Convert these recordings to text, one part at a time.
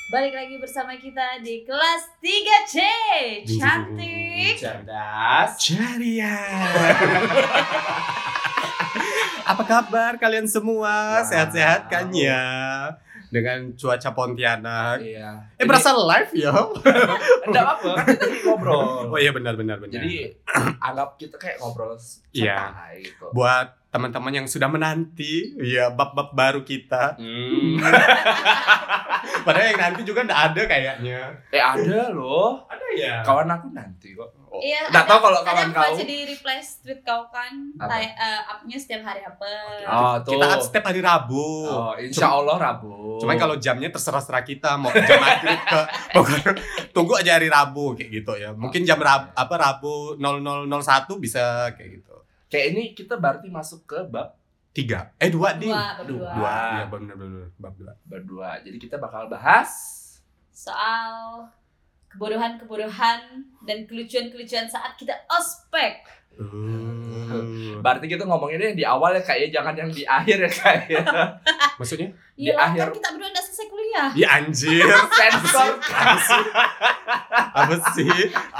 Balik lagi bersama kita di kelas 3C. Cantik, cerdas, ceria. Apa kabar kalian semua? Sehat-sehat kan ya? Dengan cuaca Pontianak. Iya. Berasa live ya? Enggak apa-apa, kan kita lagi ngobrol. Oh iya benar. Jadi anggap kita kayak ngobrol Iya. santai gitu. Buat teman-teman yang sudah menanti, ya bab-bab baru kita. Padahal yang nanti juga enggak ada kayaknya. Ada loh. Ada ya? Kawan aku nanti kok. Iya, Nggak tahu kalau kawan ada kau. baca di reply tweet kau kan, Apa? upnya setiap hari apa? Oh, tuh. Kita up setiap hari Rabu. Oh, insya Allah Rabu. Cuman kalau jamnya terserah kita mau jam maghrib ke pokoknya tunggu aja hari Rabu kayak gitu ya. Mungkin jam Rabu 0001 bisa kayak gitu. Kayak ini kita berarti masuk ke bab 2 di. Dua. Iya benar bab 2. berdua. Jadi kita bakal bahas Soal kebodohan-kebodohan dan kelucuan-kelucuan saat kita ospek. berarti kita ngomonginnya di awal ya kayak jangan yang di akhir ya kayak. Maksudnya? Iya lah, akhir- kan kita berdua udah selesai kuliah. Ya anjir. Sensor. Apa sih?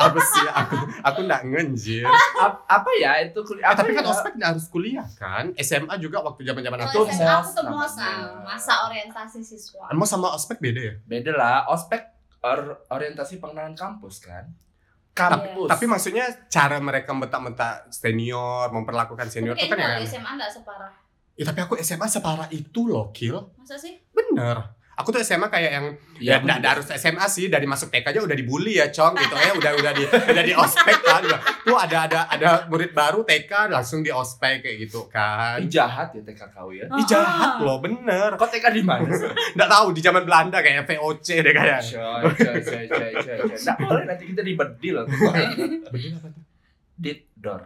Aku enggak ngenjir. Apa ya itu kuliah? Tapi kan ya? ospek enggak harus kuliah kan? SMA juga waktu zaman-zaman Kalau aku. SMA aku mos tuh mos, namanya. masa orientasi siswa. Emang sama ospek beda ya? Beda lah, ospek orientasi pengenalan kampus kan. Kampus. Tapi maksudnya cara mereka mentak-mentak senior, memperlakukan senior Tapi itu kan kayaknya yang kalau SMA nggak separah. Ya tapi aku SMA separah itu loh, Kil. Masa sih? Bener. Aku tuh SMA kayak yang Ya, ya enggak harus SMA sih, dari masuk TK aja udah dibully ya, Cong, gitu ya, udah di ospek kan. Tuh ada murid baru TK langsung di ospek kayak gitu kan. jahat ya TK kau ya. Ih jahat loh, bener. Kok TK di mana sih? Enggak tahu di zaman Belanda kayak VOC deh kayak. Coy. Nggak boleh nanti kita dibedil. Bedil apa tuh? Didor.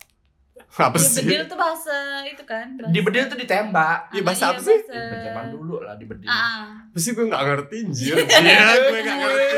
Apa Iya, sih? bedil tuh bahasa itu kan. bahasa- Dibedil tuh ditembak. Iya, bahasa apa sih? Zaman dulu lah dibedil. Pasti gue enggak ngerti, anjir. Iya, gue enggak ngerti.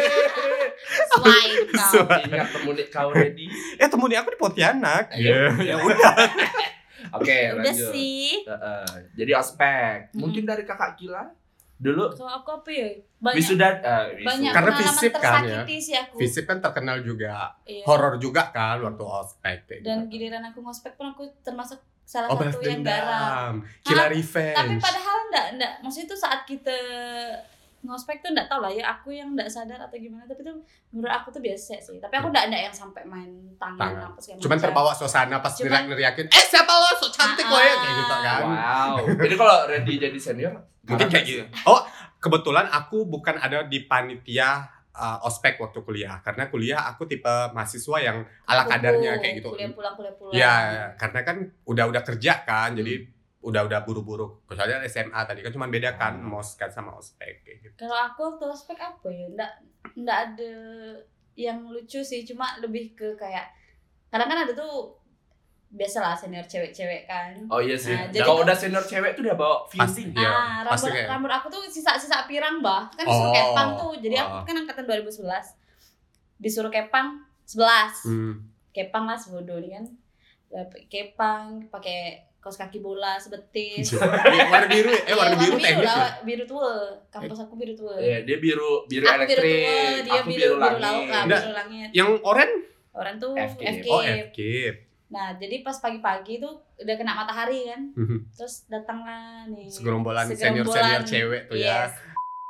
Selain kau. Ingat temunik kau ready. Temuni aku di Pontianak. Iya. Ya udah. Oke, Udah lanjut. sih. Jadi ospek. Mungkin dari kakak Kila dulu Kalau aku apa ya? Banyak wisuda banyak Karena pengalaman fisip kan ya. tersakiti sih aku. Fisip kan terkenal juga. Iya. Horor juga kan waktu ospek kayak Dan gitu. giliran aku ngospek pun aku termasuk salah Oh, balas satu yang garam. dendam. Killer Tapi revenge. padahal enggak. Maksudnya itu saat kita ngospek tuh enggak tahu lah ya, aku yang enggak sadar atau gimana, tapi tuh menurut aku tuh biasa sih. Tapi aku enggak yang sampai main tangan apa segala Cuman macam. terbawa suasana pas Cuman- neriakin, siapa lo? So cantik lo ya kayak gitu kan. Wow. Jadi kalau ready jadi senior Mungkin kayak gitu. Oh, kebetulan aku bukan ada di panitia ospek waktu kuliah, karena kuliah aku tipe mahasiswa yang ala kadarnya kayak gitu. Kuliah pulang. Ya, karena kan udah kerja kan, jadi udah buru-buru. Kecuali SMA tadi kan cuma beda kan mos kan sama ospek kayak gitu. Kalau aku waktu ospek apa ya? Enggak ada yang lucu sih, cuma lebih ke kayak kadang kan ada tuh biasalah senior cewek-cewek kan. Oh iya sih. Nah, jadi Kalau tuh- udah senior cewek tuh udah bawa fusing. Iya, pasti kayak- rambut aku tuh sisa pirang bah, kan Oh. disuruh kepang tuh, jadi Oh. aku kan angkatan 2011, disuruh kepang 11, kepang lah sebodoh nih kan, kepang pakai kaos kaki bola sebetis, Warna biru ya? Warna biru teknik ya? lah, biru tua, kampus aku biru tua, Iya, dia biru aku biru tua, elektrik, dia aku biru laut, langit. biru langit, Yang oranye? orang tuh FK. Oh, FK. Nah jadi pas pagi-pagi tuh udah kena matahari kan, terus datanglah nih Segerombolan senior cewek tuh ya. yes.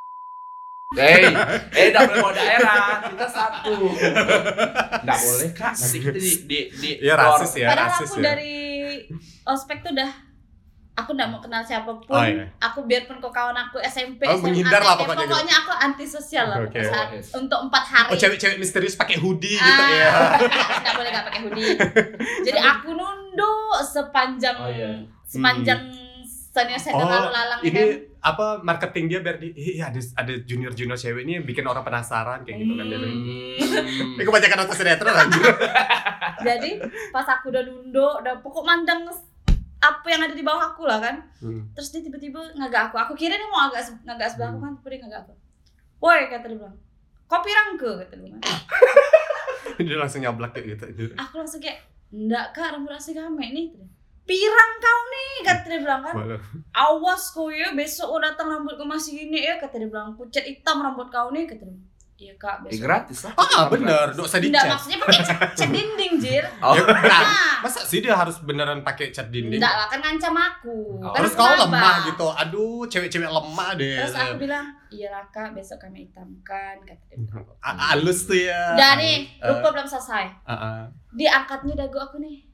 Enggak boleh bawa daerah, kita satu. Enggak boleh, Kak. Nanti kita di Iya, rasis ya. Padahal rasis aku ya. dari ospek tuh udah, aku nggak mau kenal siapapun. Oh, iya. Aku biarpun kau kawan aku SMP, Oh, SMA, menghindar lah TK, pokoknya gitu. pokoknya aku antisosial lah Oke. saat untuk 4 hari. Oh, cewek-cewek misterius pakai hoodie gitu ya. Nggak boleh nggak pakai hoodie. Jadi aku nunduk sepanjang Oh, iya. senior Oh, lalu lalang ini kan. apa marketing dia biar ada junior cewek ini yang bikin orang penasaran kayak gitu kan dia. Ini kebanyakan nonton sinetron anjir. Jadi pas aku udah nunduk, udah pokok mandang apa yang ada di bawah aku lah kan. Terus dia tiba-tiba ngagak aku. Aku kira dia mau ngagak sebelah aku kan, tapi dia ngagak aku. Woi, kata dia bilang, kopi rangke, kata dia bilang. Dia langsung nyablak kayak gitu. Aku langsung kayak, enggak kak, rambut asli kame nih. pirang kau nih, kata dia bilang kan. Malah. Awas kau ya, besok kau datang rambut kau masih gini ya, kata dia bilang. Aku cat hitam rambut kau nih, kata dia. Iya kak, besok. Gratis lah. Bener, dosa Tidak, dicat. maksudnya pakai cat dinding, Jir. Oh. Ya, nah, Nah. masa sih dia harus beneran pakai cat dinding? Enggak lah, kan ngancam aku. Oh. Kan Terus aku kau ngabak. lemah gitu. Aduh, cewek-cewek lemah deh. Terus aku bilang, iya lah kak, besok kami hitamkan, kata dia. Halus tuh ya. Udah nih, lupa belum selesai. Diangkatnya dagu aku nih.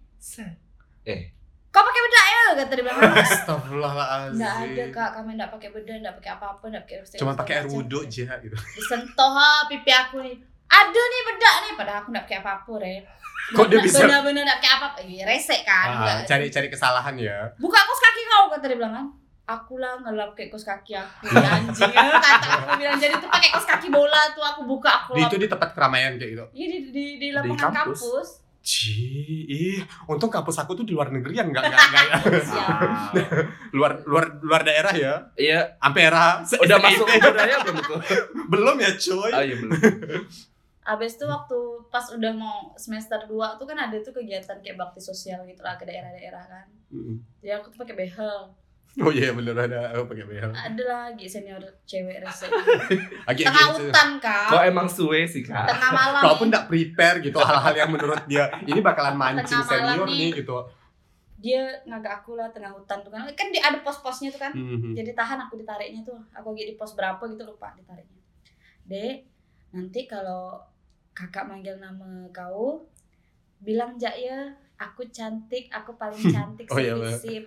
Kau pakai bedak ya? Kata dia bilang. Astagfirullahaladzim. Enggak ada kak, kami enggak pakai bedak, enggak pakai apa-apa, enggak pakai Cuma pakai air wudhu aja gitu. Disentuh pipi aku nih. Ada nih bedak nih, padahal aku enggak pakai apa-apa, Re. Kok dia bisa? Bener-bener enggak pakai apa-apa. Resek kan. Cari-cari kesalahan ya. Buka kaos kaki kau, kata dia bilang kan. Aku lah ngelap kayak kaos kaki aku, ya anjing. Kata aku bilang, jadi tuh pakai kaos kaki bola tuh aku buka, aku lap. Itu di tempat keramaian kayak gitu. Iya di lapangan kampus. kampus. Untung kampus aku tuh di luar negeri yang enggak Siap. luar daerah ya. Iya. Ampera. Udah masuk budaya belum itu? Belum ya, coy. Oh iya belum. Abis itu waktu pas udah mau semester 2 tuh kan ada tuh kegiatan kayak bakti sosial gitu lah ke daerah-daerah kan. Jadi aku tuh pakai behel. Oh iya bener ada aku pakai behel. Ada lagi senior cewek resek. Lagi Tengah hutan kak. Kok emang suwe sih kak? Tengah malam. Kau pun enggak prepare gitu hal-hal yang menurut dia ini bakalan mancing Tengah malam senior nih. nih gitu. Dia ngagak aku lah tengah hutan tuh kan. Kan ada pos-posnya tuh kan. Jadi tahan aku ditariknya tuh. Aku lagi di pos berapa gitu lupa ditariknya. Dek, nanti kalau kakak manggil nama kau, bilang Jak ya, aku cantik, aku paling cantik Oh, iya, sevisip.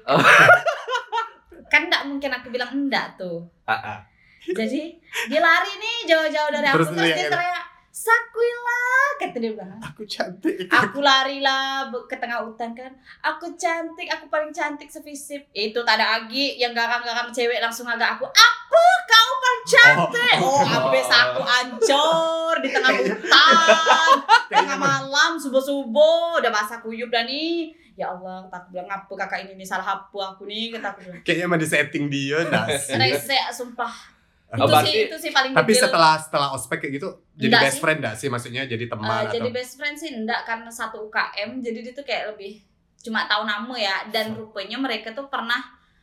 Kan enggak mungkin aku bilang enggak tuh. Jadi dia lari nih jauh-jauh dari aku, Terus terus dia dia teriak, Sakuila, kata dia bilang. Aku cantik. Aku lari lah ke tengah hutan kan. Aku cantik, aku paling cantik sevisip. Itu tak ada lagi yang garang-garang cewek langsung agak aku. Apa? Kau paling cantik. Oh, habis aku ancur di tengah hutan. Tengah malam, subuh-subuh, udah basah kuyup dah nih. Ya Allah, tak bilang apa kakak ini nih salah apa aku nih, kata aku bilang. Kayaknya emang di setting dia das. Resek sumpah. Oh, Itu sih paling Tapi degil. setelah ospek kayak gitu jadi Enggak best sih. friend enggak sih maksudnya jadi teman Jadi atau best friend sih enggak, karena satu UKM jadi dia tuh kayak lebih cuma tahu nama ya, dan rupanya mereka tuh pernah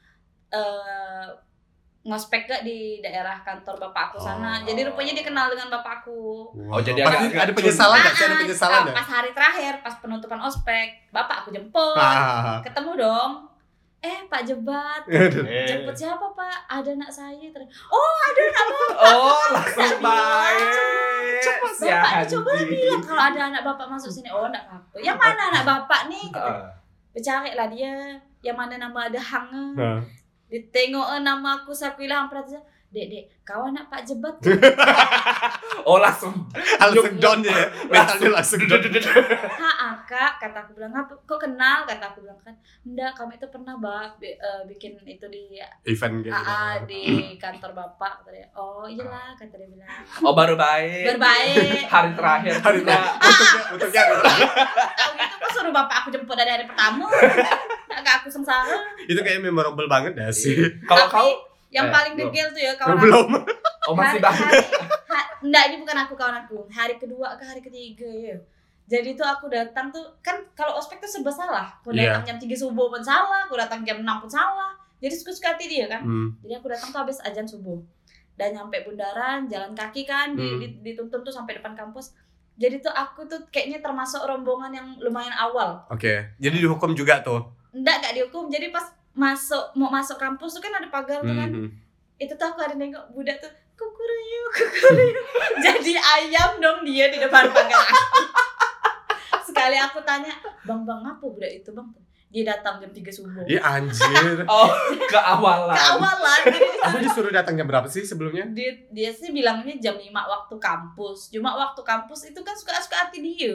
ngospek gak di daerah kantor bapak aku sana. Jadi rupanya dia kenal dengan bapak aku. Oh, jadi Pasti agak- ada penyesalan enggak sih? Ada penyesalan enggak? Pas hari terakhir, pas penutupan ospek, bapak aku jemput. Ketemu dong. Pak Jebat. Jemput siapa pak? Ada anak saya. Oh ada anak bapak. Oh, langsung baik. Bapak coba bilang kalau ada anak bapak masuk sini. Oh enggak apa-apa. Yang mana anak bapak nih? Cari lah dia. Yang mana nama ada Hang. Ditengok nama aku Sakuila Hamprat. Dek, kau anak Pak Jebat. Oh, langsung down ya. Mentalnya langsung down. Kak, kata aku bilang, apa? Kok kenal? Kata aku bilang kan, enggak, kami itu pernah bikin itu di Event gitu. di kantor bapak. Kata dia, oh iyalah, kata dia bilang. Oh, baru baik. Berbaik. Hari terakhir. Hari untuknya Tahu gitu, kok suruh bapak aku jemput dari hari pertama. Agak aku sengsara. itu kayak memorable banget dah sih. Kalau Tapi kau yang paling degil tuh ya kawan Belum. oh masih banyak. Enggak, ini bukan aku, kawan aku. Hari kedua ke hari ketiga ya. Jadi tuh aku datang tuh, kan kalau ospek tuh serba salah. Aku datang jam 3 subuh pun salah, aku datang jam 6 pun salah. Jadi suka-suka hati dia kan. Jadi aku datang tuh habis azan subuh. Dan nyampe bundaran, jalan kaki kan, dituntun tuh sampai depan kampus. Jadi tuh aku tuh kayaknya termasuk rombongan yang lumayan awal. Oke. Jadi dihukum juga tuh. Enggak dihukum. Jadi pas mau masuk kampus tuh kan ada pagar tuh kan. Itu tuh aku ada nengok budak tuh, kukuruyu. Jadi ayam dong dia di depan pagar aku. Sekali aku tanya, bang apa budak itu bang? Dia datang jam 3 subuh. Iya anjir. Oh, keawalan. Keawalan. Jadi Aku disuruh datang jam berapa sih sebelumnya? dia sih bilangnya jam 5 waktu kampus. Cuma waktu kampus itu kan suka-suka hati dia.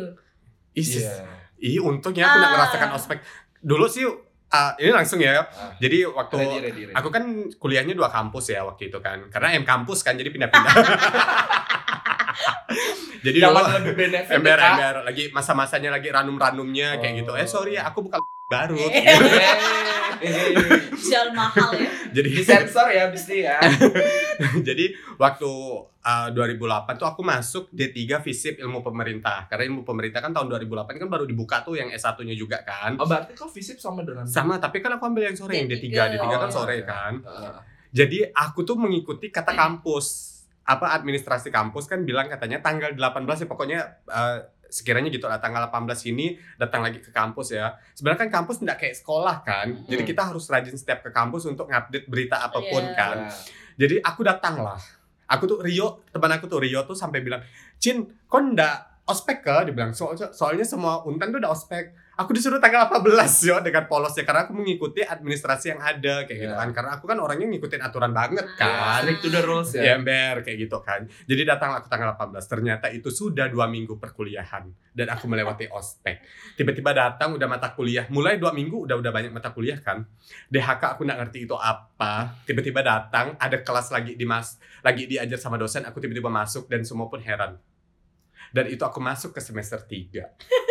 Untungnya aku nggak ngerasakan ospek. Dulu sih ini langsung ya. Jadi waktu Ready. aku kan kuliahnya 2 kampus ya waktu itu kan. Karena M kampus kan jadi pindah-pindah. Jadi Yang dulu mana lebih benefit ember Kak? lagi masa-masanya lagi ranum-ranumnya kayak gitu. Sorry ya, aku bukan baru. Jual mahal ya. Jadi Disensor ya mesti ya. jadi waktu 2008 tuh aku masuk D3 FISIP ilmu pemerintah. Karena ilmu pemerintah kan tahun 2008 kan baru dibuka tuh yang S1-nya juga kan. Oh berarti kau FISIP sama dengan Sama, tapi kan aku ambil yang sore yang D3. D3 kan sore kan. Heeh. Jadi aku tuh mengikuti kata kampus. Apa administrasi kampus kan bilang katanya tanggal 18 ya pokoknya sekiranya gitu lah tanggal 18 ini datang lagi ke kampus ya. Sebenarnya kan kampus tidak kayak sekolah kan. Jadi kita harus rajin setiap ke kampus untuk ngupdate berita apapun kan. Jadi aku datang lah. Aku tuh teman aku tuh Rio tuh sampai bilang, "Cin, kok ndak ospek ke?" Dia bilang, soalnya semua Untan tuh udah ospek. Aku disuruh tanggal 18 yo dengan polosnya karena aku mengikuti administrasi yang ada kayak gitu kan. Karena aku kan orangnya ngikutin aturan banget kan. Stick to the rules Ya ya. ember kayak gitu kan. Jadi datang aku tanggal 18. Ternyata itu sudah 2 minggu perkuliahan dan aku melewati ospek. Tiba-tiba datang udah mata kuliah. Mulai 2 minggu udah banyak mata kuliah kan. DHK aku nggak ngerti itu apa. Tiba-tiba datang ada kelas lagi lagi diajar sama dosen. Aku tiba-tiba masuk dan semua pun heran. Dan itu aku masuk ke semester 3.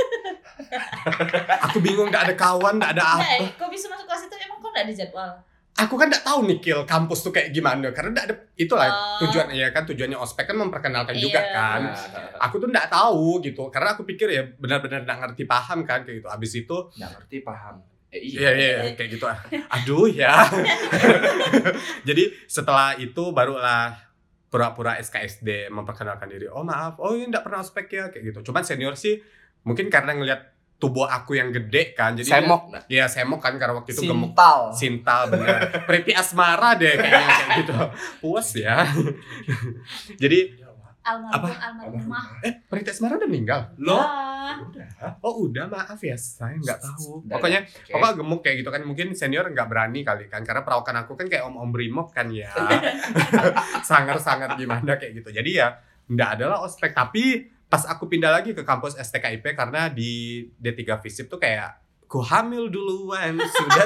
Aku bingung, gak ada kawan, gak ada apa. Kok bisa masuk kelas itu? Emang kok gak ada jadwal? Aku kan gak tahu nih Kil, kampus tuh kayak gimana. Karena gak ada, itulah tujuannya ospek kan memperkenalkan juga kan. Aku tuh gak tahu gitu. Karena aku pikir ya benar-benar gak ngerti paham kan kayak gitu. Abis itu Nggak ngerti paham. Iya kayak gitu. Aduh ya. Jadi setelah itu barulah pura-pura SKSD memperkenalkan diri. Oh maaf, ini gak pernah ospek ya kayak gitu. Cuman senior sih mungkin karena ngelihat tubuh aku yang gede kan, jadi semok. Iya semok kan karena waktu itu gemuk. Sintal bener. Priti Asmara deh kayaknya kayak gitu. Puas ya. Jadi almarhumah. Priti Asmara udah meninggal. Loh? Udah maaf ya, saya nggak tahu. Pokoknya gemuk kayak gitu kan. Mungkin senior nggak berani kali kan, karena perawakan aku kan kayak om brimob kan ya. Sangar-sangar gimana kayak gitu. Jadi ya nggak adalah ospek. Tapi pas aku pindah lagi ke kampus STKIP karena di D3 FISIP tuh kayak ku hamil duluan sudah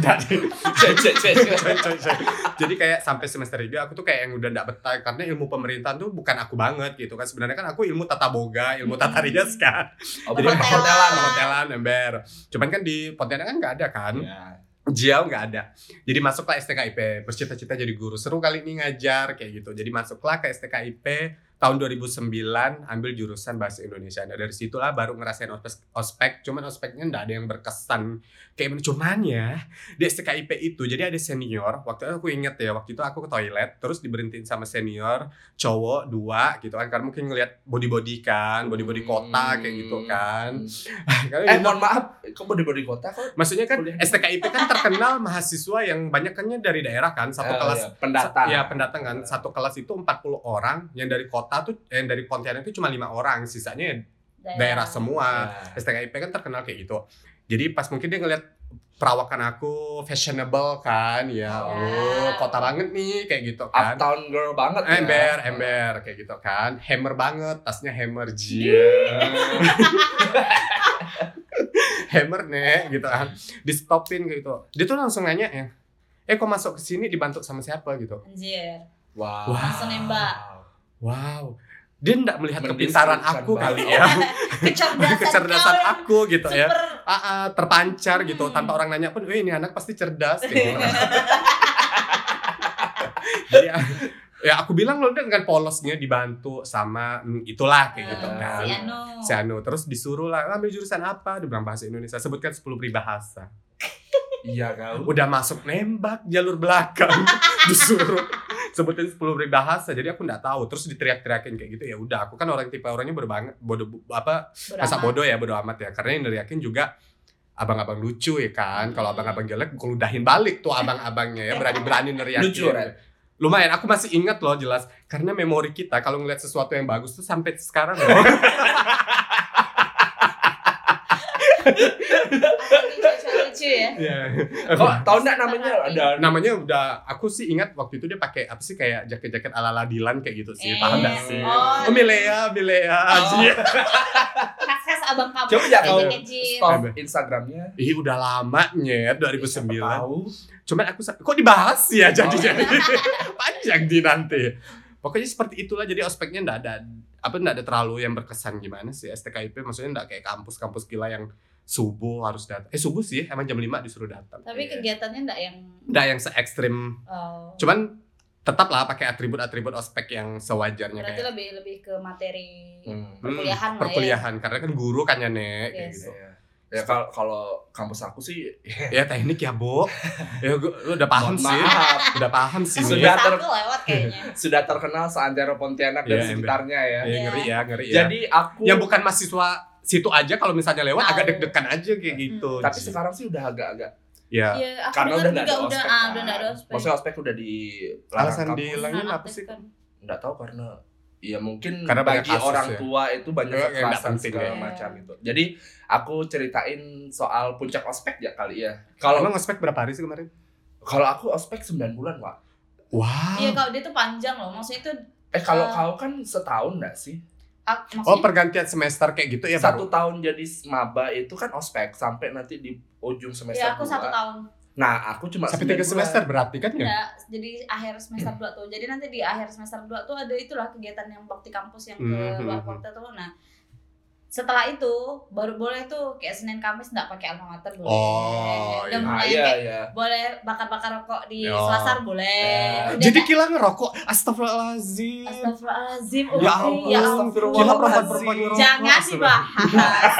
jadi kayak sampai semester 3 aku tuh kayak yang udah nggak betah karena ilmu pemerintahan tuh bukan aku banget gitu kan. Sebenarnya kan aku ilmu tata boga, ilmu tata rias kan. Jadi hotelan ember. Cuman kan di Pontianak kan nggak ada kan. Jiau nggak ada. Jadi masuklah STKIP, bercita-cita jadi guru. Seru kali ini ngajar kayak gitu. Jadi masuklah ke STKIP tahun 2009, ambil jurusan bahasa Indonesia. Nah dari situlah baru ngerasain ospek. Cuman ospeknya nggak ada yang berkesan kayak cuman ya di STKIP itu. Jadi ada senior. Waktu itu aku inget ya, waktu itu aku ke toilet terus diberhentiin sama senior cowok 2 gitu kan. Karena mungkin ngeliat body kan, body kota kayak gitu kan. Mohon maaf, kok body kota kok? Maksudnya kan STKIP kan terkenal mahasiswa yang banyak dari daerah kan. Satu kelas pendatang. Ya pendatang kan. Satu kelas itu 40 orang, yang dari kota tuh dari Pontianak itu cuma 5 orang, sisanya daerah semua. STKIP kan terkenal kayak gitu. Jadi pas mungkin dia ngeliat perawakan aku fashionable kan ya. Kota banget nih kayak gitu kan. Uptown girl banget. Ember kayak gitu kan. Hammer banget, tasnya hammer hammer nih gitu kan. Di stopin kayak gitu. Dia tuh langsung nanya ya, kok masuk ke sini dibantu sama siapa gitu. Anjir. Wow. Langsung nembak. Wow, dia enggak melihat kepintaran aku kali ya, kecerdasan aku gitu ya, terpancar gitu tanpa orang nanya pun, ini anak pasti cerdas kayak gitu. Jadi ya aku bilang loh dengan polosnya dibantu sama itulah kayak gitu kan, si Anu, terus disuruh lah ambil jurusan apa, dia bilang bahasa Indonesia, sebutkan 10 peribahasa. Iya kau. Udah masuk nembak jalur belakang, disuruh sebutin 10 peribahasa, jadi aku nggak tahu, terus diteriak-teriakin kayak gitu. Ya udah, aku kan orangnya bodoh amat ya, karena yang neriakin juga abang-abang lucu ya kan. Kalau abang-abang jelek aku ludahin balik tuh abang-abangnya ya, berani neriakin. Lucu kan? Lumayan, aku masih ingat loh jelas, karena memori kita kalau ngeliat sesuatu yang bagus tuh sampai sekarang loh. Lucu ya. Kok tahu enggak namanya ada? Namanya udah aku sih ingat waktu itu dia pakai apa sih kayak jaket-jaket ala-ala Dilan kayak gitu sih. Paham enggak sih? Milea. Khas abang kamu. Coba ya kau stop Instagramnya. Udah lama nyet 2009. Cuman aku kok dibahas ya jadi panjang di nanti. Pokoknya seperti itulah, jadi ospeknya nggak ada terlalu yang berkesan gimana sih STKIP, maksudnya nggak kayak kampus-kampus gila yang subuh harus datang. Subuh sih emang jam 5 disuruh datang. Tapi kegiatannya nggak yang se ekstrim. Cuman tetap lah pakai atribut-atribut ospek yang sewajarnya. Berarti kayak lebih ke materi perkuliahan lah ya. Perkuliahan karena kan guru kan ya Nek kayak gitu. Ya kalau kampus aku sih ya teknik ya, Bu. Ya lu udah paham sih. Udah paham sih. Sudah lewat kayaknya. Sudah terkenal seantero Pontianak dan sekitarnya ya. Ngeri ya. Jadi aku yang bukan mahasiswa situ aja kalau misalnya lewat agak deg-degan aja kayak gitu. Tapi sekarang sih udah agak-agak ya. Karena udah enggak ada ospek. Udah enggak ada ospek. Maksudnya ospek udah di alasan dihilangin apa sih? Enggak tahu karena ya mungkin karena bagi kasus, orang ya? tua itu banyak kekerasan segala macam itu. Jadi aku ceritain soal puncak ospek ya kali ya. Kalau emang ospek berapa hari sih kemarin? Kalau aku ospek 9 bulan, Pak. Wow. Iya, kalau dia tuh panjang loh. Maksudnya itu kalau kau kan setahun enggak sih? Pergantian semester kayak gitu ya. 1 tahun jadi maba itu kan ospek sampai nanti di ujung semester 2. Ya, aku 1 tahun. Nah, aku cuma sampai 3 semester berarti kan ya? Enggak, jadi akhir semester 2 tuh. Jadi nanti di akhir semester 2 tuh ada itulah kegiatan yang bakti kampus yang ke luar kota tuh. Nah, setelah itu baru boleh tuh kayak Senin Kamis enggak pakai alma mater boleh. Udah mulai kayak boleh bakar-bakar rokok di Selasar boleh. Jadi Kila ngerokok. Astagfirullahalazim. Ya Astagfirullahalazim. Jangan dibahas.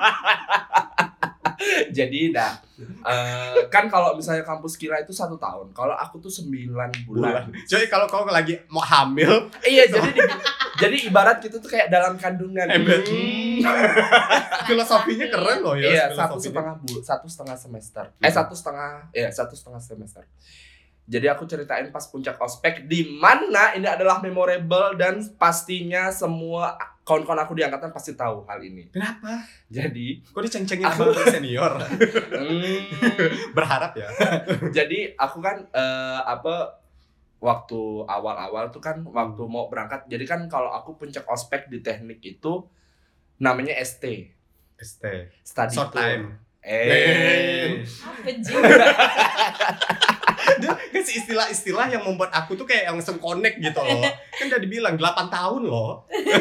Jadi kan kalau misalnya kampus Kila itu 1 tahun, kalau aku tuh 9 bulan. Jadi kalau kau lagi mau hamil, iya jadi ibarat gitu tuh kayak dalam kandungan. Filosofinya keren loh ya. Iya, 1,5 semester. 1,5 semester. Jadi aku ceritain pas puncak ospek di mana ini adalah memorable dan pastinya semua kawan-kawan aku di angkatan pasti tahu hal ini. Kenapa? Jadi, kok diceng-cengin abang senior? Berharap ya. Jadi aku kan waktu awal-awal tuh kan waktu mau berangkat. Jadi kan kalau aku puncak ospek di teknik itu namanya ST. Study short time. Apa Kasih istilah-istilah yang membuat aku tuh kayak yang langsung connect gitu loh. Kan udah dibilang 8 tahun loh.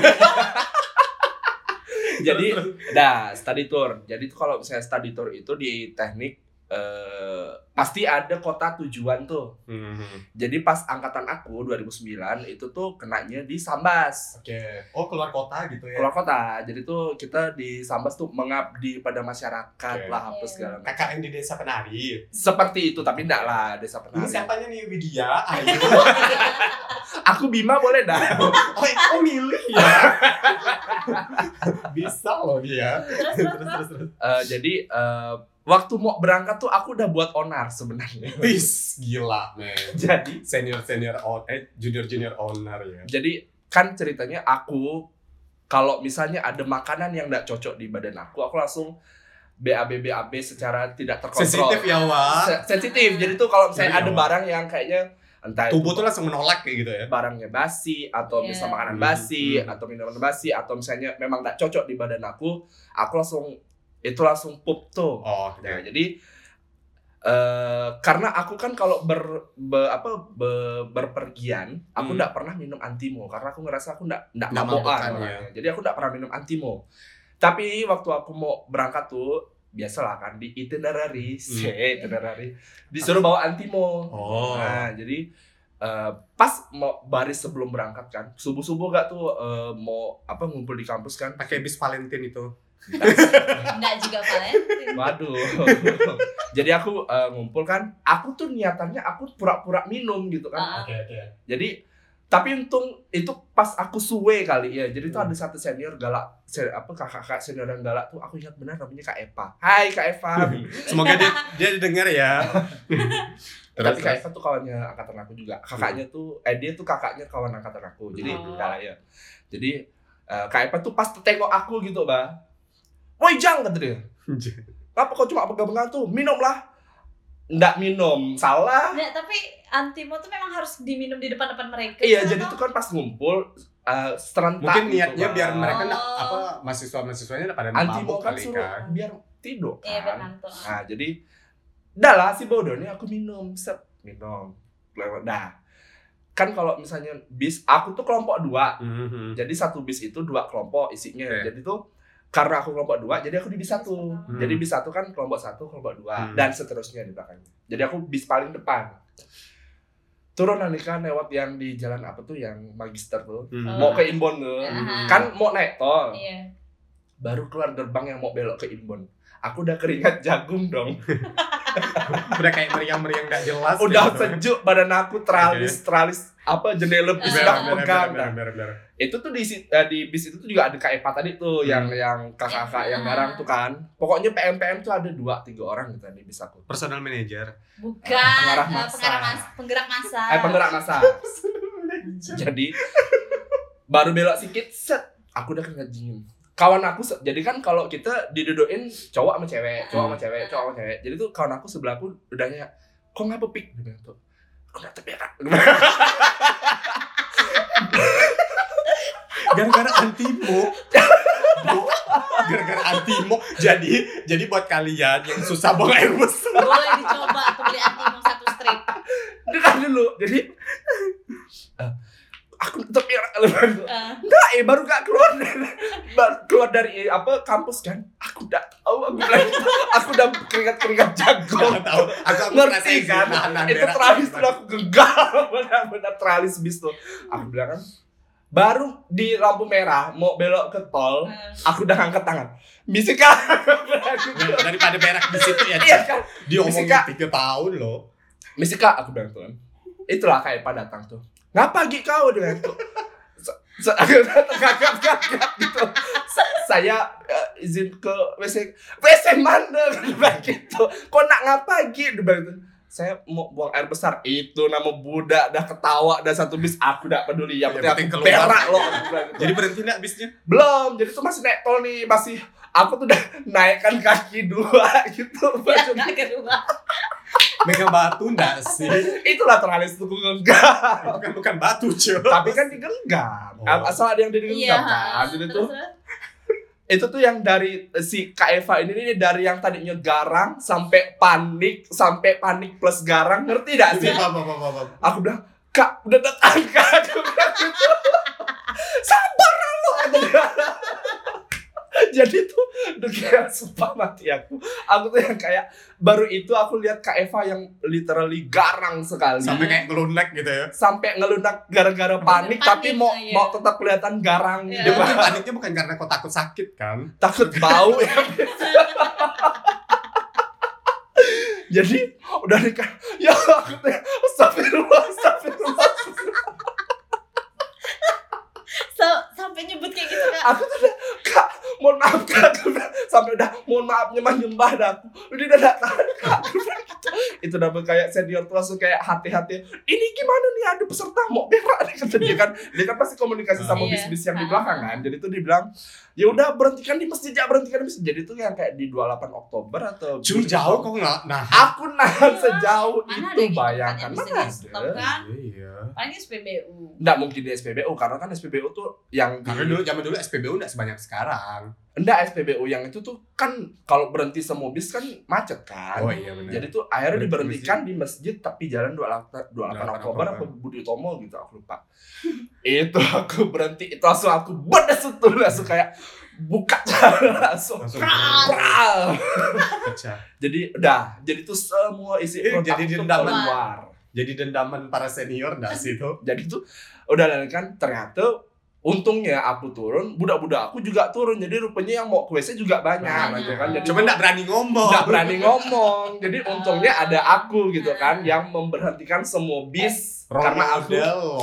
Jadi, study tour. Jadi tuh kalau misalnya study tour itu di teknik pasti ada kota tujuan tuh. Jadi pas angkatan aku 2009 itu tuh kenanya di Sambas. Oh, keluar kota gitu ya. Keluar kota. Jadi tuh kita di Sambas tuh mengabdi pada masyarakat lah apa segala macam. KKN di Desa Penari. Seperti itu tapi enggak lah Desa Penari. Ini siapanya nih Widya? Ayo. Aku Bima boleh dah. Oh milih ya. Bisa loh dia. Terus. Jadi waktu mau berangkat tuh aku udah buat onar sebenarnya. Gila, men. Jadi junior onar ya. Jadi kan ceritanya aku kalau misalnya ada makanan yang enggak cocok di badan aku langsung BAB secara tidak terkontrol. Sensitif ya, Wak. Sensitif. Jadi tuh kalau misalnya ada barang yang kayaknya entah tubuh tuh langsung menolak kayak gitu ya. Barangnya basi atau misalnya makanan basi atau minuman basi atau misalnya memang enggak cocok di badan aku langsung pup tuh. Nah, jadi karena aku kan kalau berpergian, aku enggak pernah minum Antimo karena aku ngerasa aku enggak mabokan. Jadi aku enggak pernah minum Antimo. Tapi waktu aku mau berangkat tuh biasalah kan di itinerary disuruh bawa Antimo. Nah, jadi pas mau baris sebelum berangkat kan, subuh-subuh gak tuh mau ngumpul di kampus kan pakai bis Valentine itu. Enggak juga Valentine. Waduh. Jadi aku ngumpul kan, aku tuh niatannya aku pura-pura minum gitu kan. Jadi tapi untung itu pas aku suwe kali ya. Jadi tuh ada satu senior galak, kakak senior yang galak tuh aku ingat benar namanya Kak Eva. Hai Kak Eva. Semoga dia didengar ya. Tapi Kak Eva tuh kawannya angkatan aku juga. Kakaknya tuh dia tuh kakaknya kawan angkatan aku. Jadi udah lah ya. Jadi Kak Eva tuh pas tengok aku gitu, Bah. Woi Jang, kata dia. Apa kau cuma pegang-pegang tuh? Minumlah. Nggak minum, salah. Nggak, tapi Antimo tuh memang harus diminum di depan-depan mereka. Iya, jadi tuh kan pas ngumpul serentak. Mungkin niatnya biar mereka mahasiswa-mahasiswanya pada Antimo mabuk kan kali suruh biar tidur kan. Iya, biar ngantuk. Nah, jadi dah lah si bodoh nih aku minum, minum. Dah. kan kalau misalnya bis, aku tuh kelompok 2. Jadi satu bis itu 2 kelompok isinya. Jadi tuh karena aku kelompok 2, jadi aku di bis 1. Jadi bis 1 kan kelompok 1, kelompok 2 dan seterusnya di belakangnya. Jadi aku bis paling depan. Turun nanti kan lewat yang di jalan apa tuh yang Magister tuh. Mau ke Inbon tuh. Kan mau naik tol. Iya. Baru keluar gerbang yang mau belok ke Inbon. Aku udah keringat jagung dong. Udah kayak meriang-meriang gak jelas. Udah gitu. sejuk badan aku teralis apa jendela bis udah pegang. Bener. Itu tuh di bis itu tuh juga ada Kak Epa tadi tuh yang kakak-kakak yang garang tuh kan. Pokoknya PM tuh ada 2-3 orang gitu di bis aku. Personal manager. Bukan, penggerak massa. Jadi baru belok sedikit set, aku udah keringat dingin. Kawan aku jadi kan kalau kita didudukin cowok sama cewek. Jadi tuh kawan aku sebelahku udah kayak, kok ngapa pik gitu. Aku udah terberak. Gara-gara antimo. Gara-gara antimo. Jadi buat kalian yang susah buang air besar, boleh dicoba tuh beli antimo 1 strip. Dengar dulu. Jadi aku terberak. Enggak, baru gak keluar dari kampus kan. Aku udah tahu, aku udah keringat jagung. Aku ngerti kan? Itu teralis tuh aku gegal, benar-benar teralis bis tuh. Aku bilang kan, baru di lampu merah mau belok ke tol, aku udah angkat tangan. Misika. Daripada berak di situ ya. Iya kan? Diomongin 3 tahun loh. Misika, aku bilang tuh kan. Itulah kayak pada datang tuh. Ngapa Gi kau dengan tuh? Gagap gitu. Saya izin ke WC mana gitu. Kok nak ngapa Gi gitu. Saya mau buang air besar. Itu nama budak dah ketawa dah satu bis, aku enggak peduli. Yang penting aku berak loh. Jadi berhenti enggak bisnya? Belum. Jadi tuh masih naik tol nih, masih aku tuh udah naikkan kaki 2 gitu. Ya, kedua. Megang batu enggak sih? Itulah teralis tuh genggam. Bukan batu, cuy. Tapi kan digenggam. Asal ada yang digenggam kan. Jadi tuh itu tuh yang dari si Kak Eva ini dari yang tadinya garang sampai panik plus garang, ngerti gak sih? Aku bilang, Kak, udah datang Kak. Aku bilang gitu. Sabar lo. Jadi tuh kayak sumpah mati aku. Aku tuh yang kayak baru itu aku lihat Kak Eva yang literally garang sekali. Sampai kayak ngelunak gitu ya. Sampai ngelunak gara-gara panik tapi mau tetap kelihatan garang. Dia mungkin paniknya bukan karena kau takut sakit kan? Takut bau ya. Jadi udah ya aku tuh astagfirullah. Sampai nyebut kayak gitu Kak. Aku tuh udah, Kak, mohon maaf Kak. Sampai udah mohon maaf nyembah dah aku. Udah datang Kak. Itu udah kayak senior tuh langsung kayak hati-hati. Ini gimana nih, ada peserta mau berak nih kata dia kan. Dia kan pasti komunikasi sama bis-bis yang di belakang kan. Jadi tuh dia bilang, ya udah berhentikan di masjid ya, berhentikan di masjid. Jadi tuh yang kayak di 28 Oktober atau cuy jauh kok enggak. Nah, aku nahan sejauh itu, bayangkan. Mana ada? Iya. Paling SPBU. Enggak mungkin di SPBU karena kan SPBU tuh yang karena dulu zaman dulu SPBU enggak sebanyak sekarang. Enggak, SPBU yang itu tuh kan kalau berhenti semua bis kan macet kan. Oh iya benar. Jadi tuh akhirnya diberhentikan di masjid tapi jalan 28 Oktober apa Budi Utomo gitu, aku lupa. Itu aku berhenti, itu langsung aku bedes tuh, langsung kayak buka langsung. Pecah. Jadi udah, jadi tuh semua isi perut jadi aku tuh dendaman. keluar. Jadi dendaman para senior enggak sih itu? Jadi tuh udah kan ternyata untungnya aku turun, budak-budak aku juga turun. Jadi rupanya yang mau ke WC juga banyak gitu kan. Jadi cuma enggak berani ngomong. Enggak berani ngomong. Jadi untungnya ada aku gitu kan yang memberhentikan semua bis karena aku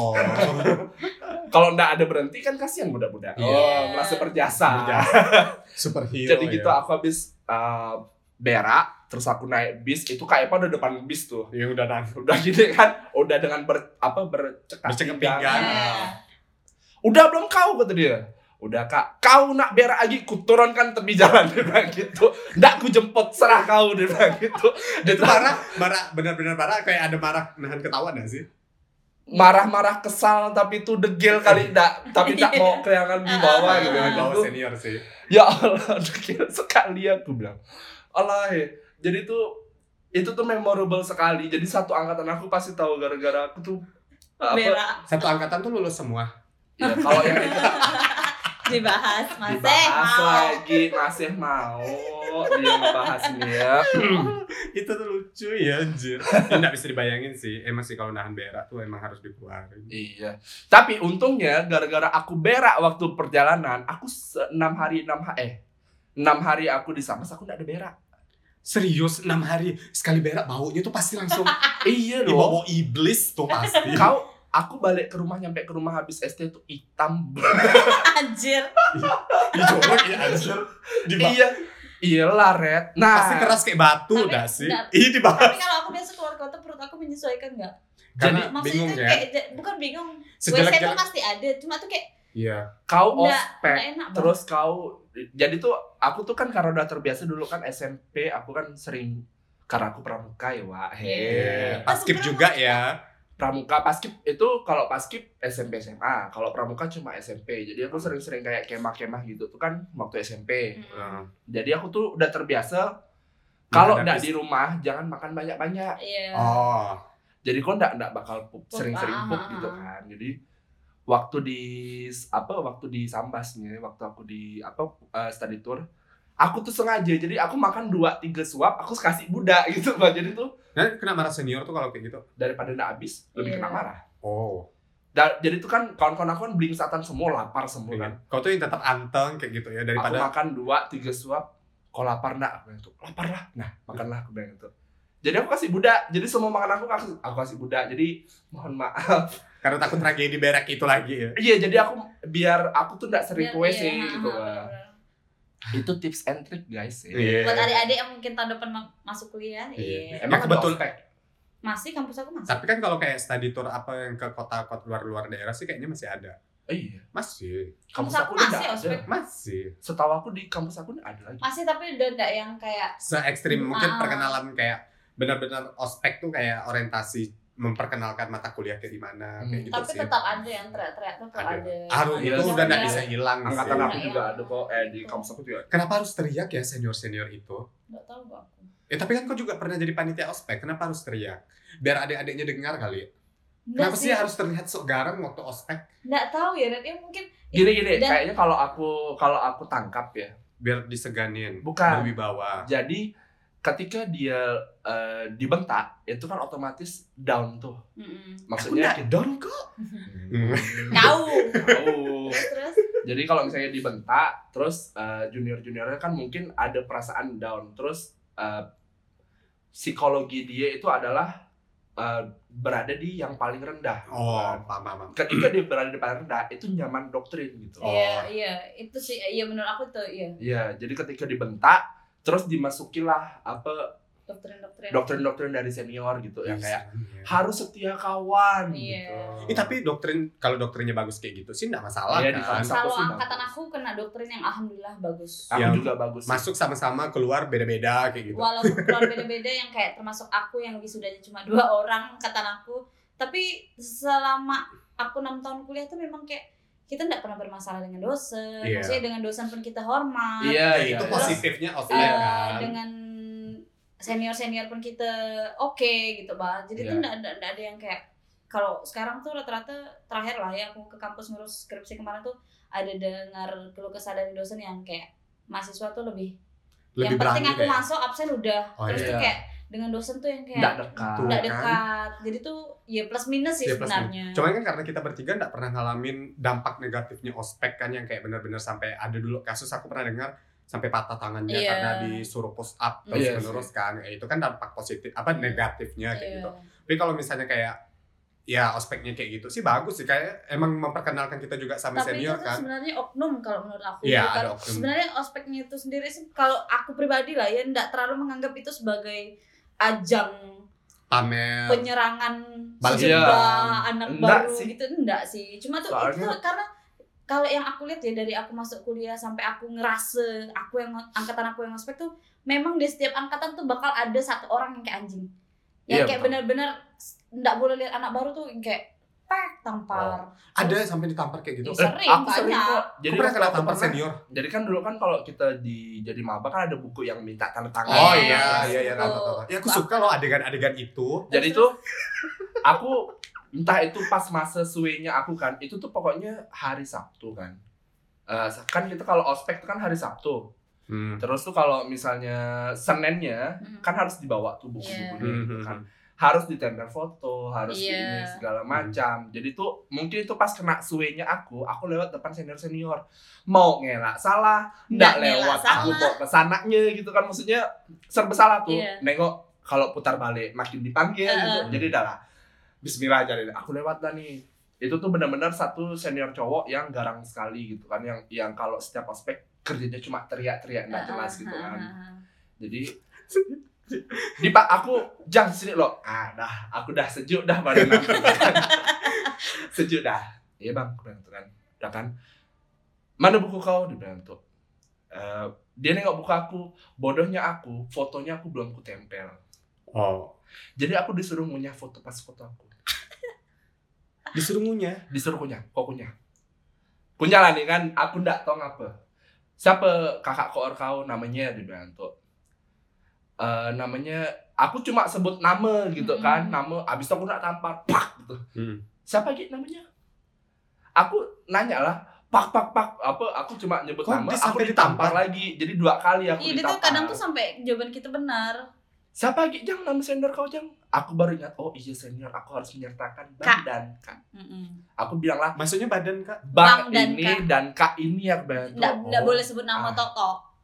kalau enggak ada berhenti kan kasihan budak-budak. Merasa berjasa. Superhero. Jadi gitu aku habis berak, terus aku naik bis, itu kayak apa udah depan bis tuh. Ya udah gini kan, udah dengan bercekak pinggang. Udah belum kau kata dia. Udah Kak, kau nak berak lagi, ku turunkan tepi jalan dia bilang gitu. Nggak ku jemput, serah kau dia bilang gitu. Dia tuh marah, benar-benar marah, kayak ada marah nahan ketawa nggak sih? Marah-marah kesal tapi itu degil kali tapi tak mau kelihatan di bawah gitu. Bawa senior sih. Ya Allah, degil sekali aku bilang. Allah ya. Jadi itu tuh memorable sekali. Jadi satu angkatan aku pasti tahu gara-gara aku tuh berak. Satu angkatan tuh lulus semua. Ya kalau yang itu Dibahas masih mau dia ngebahas ini ya. Itu tuh lucu ya anjir. Ya, nggak bisa dibayangin sih. Emang sih kalau nahan berak tuh emang harus dikeluarin. Iya. Tapi untungnya gara-gara aku berak waktu perjalanan, aku 6 hari aku di Sambas aku nggak ada berak. Serius 6 hari sekali berak baunya tuh pasti langsung Iya dong. bau iblis tuh pasti. Aku balik ke rumah, nyampe ke rumah habis ST tuh hitam. Anjir. Dijorok ya anjir. Iyalah Red. Nah, Pasti keras kayak batu Tapi- dah sih. enggak. Ih dibahas. Tapi kalau aku biasa keluar kota perut aku menyesuaikan nggak? Karena Maksudnya bingung tuh ya. kayak bukan bingung. WC Sejelek-jelek. tuh pasti ada, cuma tuh kayak Iya. kau nggak ospek, enak banget. terus jadi tuh aku tuh kan karena udah terbiasa dulu kan SMP, aku kan sering karena aku pramuka ya, Wak. Iya. He. Paskib juga ya. Pramuka paskib itu kalau paskib SMP SMA, kalau pramuka cuma SMP. Jadi aku sering-sering kayak kemah-kemah gitu tuh kan waktu SMP. Heeh. Jadi aku tuh udah terbiasa kalau Menghadapi- nggak di rumah jangan makan banyak-banyak. Iya. Oh. Jadi kok nggak bakal sering-sering pup gitu kan. Jadi waktu di Sambas nih, waktu aku di study tour, aku tuh sengaja jadi aku makan 2-3 suap, aku kasih budak gitu Pak. Jadi tuh Nah, kena marah senior tuh kalau kayak gitu. daripada nggak habis lebih Iya. kena marah. Oh. Jadi tuh kan kawan-kawan aku kan blingsatan semua, lapar semua kan. Kau tuh yang tetap anteng kayak gitu ya Aku daripada makan 2-3 suap, kau lapar nggak? Aku bilang tuh, lapar lah. Nah, makanlah aku bilang gitu. Jadi aku kasih budak. Jadi semua makanan aku kasih budak. Jadi mohon maaf. karena takut tragedi berak itu lagi ya. Iya, jadi biar aku tuh nggak sering ke WC Iya, gitu bener, lah. bener. Itu tips and trick guys. Iya. Buat adik-adik yang mungkin tahun depan masuk kuliah, Iya. iya. Emang Ya, kebetul- ada ospek? Masih kampus aku masih. Tapi kan kalau kayak study tour apa yang ke kota-kota luar daerah sih kayaknya masih ada. Iya. Masih. Kampus aku udah masih nggak ospek. ada. Masih. Setahu aku di kampus aku nggak ada lagi. Masih tapi udah enggak yang kayak Se-ekstrim mungkin Ah. perkenalan kayak benar-benar ospek tuh kayak orientasi memperkenalkan mata kuliah kayak gimana kayak gitu tapi sih. tetap ada yang teriak-teriak tuh tetap ada. Harus Iya, itu udah nggak Ada. bisa hilang Angkatan sih. aku juga ada kok. Di kampus aku juga. Kenapa harus teriak ya senior itu? Enggak tahu gua aku. Tapi kan kau juga pernah jadi panitia ospek. Kenapa harus teriak? Biar adik-adiknya dengar kali. Enggak Kenapa sih harus terlihat sok garang waktu ospek? Enggak tahu ya, Red. Ya mungkin Gini, Dan- kayaknya kalau aku tangkap ya. Biar diseganin. Bukan. Berwibawa. Jadi ketika dia dibentak, itu kan otomatis down tuh. Maksudnya Aku nggak down kok. Kau. Oh. Terus Jadi kalau misalnya dibentak, terus junior-juniornya kan mungkin ada perasaan down. Terus psikologi dia itu adalah berada di yang paling rendah. Oh, paham. Ketika dia berada di paling rendah, itu nyaman doktrin gitu. Oh. iya, itu sih iya menurut aku tuh iya. Iya, jadi ketika dibentak, terus dimasukilah Doktrin-doktrin. doktrin-doktrin dari senior gitu yang kayak Iya. harus setia kawan Iya. gitu. Tapi kalau doktrinnya bagus kayak gitu sih nggak masalah Iya, di kan. kampus Kalau sih angkatan bagus. aku kena doktrin yang alhamdulillah bagus. Aku Yang juga bagus. Masuk sama-sama, keluar beda-beda kayak gitu. Walaupun keluar beda-beda yang kayak termasuk aku yang wisudanya cuma 2 orang angkatan aku, tapi selama aku 6 tahun kuliah tuh memang kayak kita nggak pernah bermasalah dengan dosen. Iya. Maksudnya dengan dosen pun kita hormat. Iya, Itu iya. positifnya ospek Eh, kan. dengan senior pun kita oke gitu bah. Jadi tuh Iya. nggak ada yang kayak kalau sekarang tuh rata-rata terakhir lah ya aku ke kampus ngurus skripsi kemarin tuh ada dengar keluh kesah dari dosen yang kayak mahasiswa tuh lebih yang penting berani aku kayak. masuk absen udah. Oh, Terus tuh iya. kayak dengan dosen tuh yang Nggak kayak dekat. Tuh. nggak kan. dekat. Jadi tuh ya plus minus sih Iya, plus sebenarnya. Cuman kan karena kita bertiga nggak pernah ngalamin dampak negatifnya ospek kan yang kayak benar-benar sampai ada dulu kasus aku pernah dengar sampai patah tangannya Iya. karena disuruh push up terus Iya menerus kan. Ya, itu kan dampak positif negatifnya kayak Iya. gitu. Tapi kalau misalnya kayak ya ospeknya kayak gitu sih bagus sih kayak emang memperkenalkan kita juga sama Tapi senior itu tuh kan. sebenarnya oknum kalau menurut aku. Iya, Bukan- ada oknum. Sebenarnya ospeknya itu sendiri sih kalau aku pribadi lah ya nggak terlalu menganggap itu sebagai ajang Pamer. penyerangan Balas sejumlah dendam. anak Enggak baru sih. gitu enggak sih. Cuma tuh Soalnya- itu tuh karena kalau yang aku lihat ya dari aku masuk kuliah sampai aku ngerasa angkatan aku yang ospek tuh memang di setiap angkatan tuh bakal ada satu orang yang kayak anjing. Yang Iya, kayak betul. benar-benar enggak boleh lihat anak baru tuh yang kayak tampar. Ada sampai ditampar kayak gitu. Iya. Sering, aku sering banyak. kok. Jadi Jadi pernah kena waktu aku tampar pernah- senior. Jadi kan dulu kan kalau kita jadi maba kan ada buku yang minta tanda tangan. Oh Yes, iya, betul. tahu. Ya aku suka loh adegan-adegan itu. Jadi tuh aku entah itu pas masa suenya aku kan, itu tuh pokoknya hari Sabtu kan. Kan kita kalau ospek tuh kan hari Sabtu. Terus tuh kalau misalnya Seninnya kan harus dibawa tuh buku-bukunya gitu kan. Harus ditempel foto, harus ini segala macam. Jadi tuh mungkin itu pas kena suenya aku lewat depan senior-senior. Mau ngelak salah, nggak lewat aku bawa ke sananya gitu kan. Maksudnya serba salah tuh. Nengok kalau putar balik makin dipanggil gitu. Jadi udah lah. Bismillah aja deh. Aku lewat dah nih. Itu tuh benar-benar satu senior cowok yang garang sekali gitu kan. Yang kalau setiap ospek kerjanya cuma teriak-teriak nggak jelas gitu kan. Jadi di Pak aku jangan sini loh. Aku dah sejuk dah badan aku kan. Sejuk dah. Iya bang, aku bilang tuh kan. Udah kan. Mana buku kau? Dia bilang tuh. Dia nengok buku aku. Bodohnya aku, fotonya aku belum kutempel. Jadi aku disuruh ngunyah foto pas foto aku. Disuruh ngunyah? Disuruh kunyah. Kok kunyah? Kunyah lah nih kan. Aku nggak tahu ngapa. Siapa kakak koor kau namanya? Dia bilang tuh. Namanya aku cuma sebut nama gitu kan, nama abis itu aku nak tampar pak gitu. Siapa gitu namanya? Aku nanya lah, pak apa aku cuma nyebut nama, aku ditampar lagi. Jadi 2 kali aku ditampar. Iya, itu kadang tuh sampai jawaban kita benar. Siapa gitu Jang, nama senior kau Jang? Aku baru ingat, oh iya senior, aku harus menyertakan Bang dan Kak. Aku bilang lah, maksudnya badan Kak? Bang ini dan Kak ini ya Bang. Nggak boleh sebut nama Tok.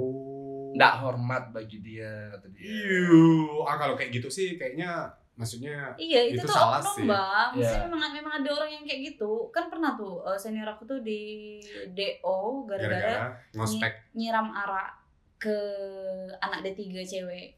Nggak hormat bagi dia, kata dia. Kalau kayak gitu sih kayaknya maksudnya itu tuh salah oknum sih. Bang. Maksudnya memang ada orang yang kayak gitu. Kan pernah tuh senior aku tuh di DO gara-gara nyiram arak ke anak D3 cewek.